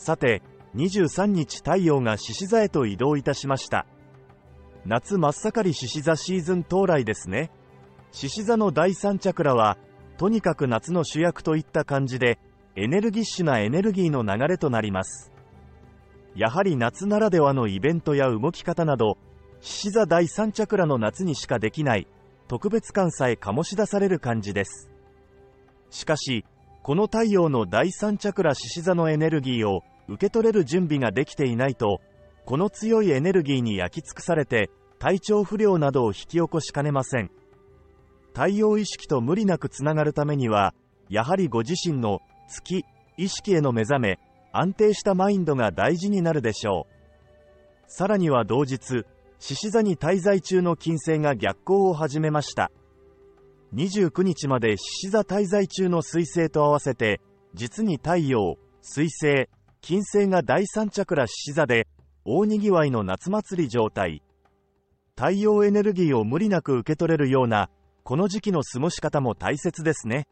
さて、23日太陽が獅子座へと移動いたしました。夏真っ盛り獅子座シーズン到来ですね。獅子座の第三チャクラは、とにかく夏の主役といった感じで、エネルギッシュなエネルギーの流れとなります。やはり夏ならではのイベントや動き方など、獅子座第三チャクラの夏にしかできない特別感さえ醸し出される感じです。しかし、この太陽の第三チャクラ獅子座のエネルギーを受け取れる準備ができていないと、この強いエネルギーに焼き尽くされて体調不良などを引き起こしかねません。太陽意識と無理なくつながるためには、やはりご自身の月意識への目覚め、安定したマインドが大事になるでしょう。さらには同日、獅子座に滞在中の金星が逆行を始めました。29日まで獅子座滞在中の水星と合わせて、実に太陽、水星、金星が第三チャクラ獅子座で、大にぎわいの夏祭り状態。太陽エネルギーを無理なく受け取れるような、この時期の過ごし方も大切ですね。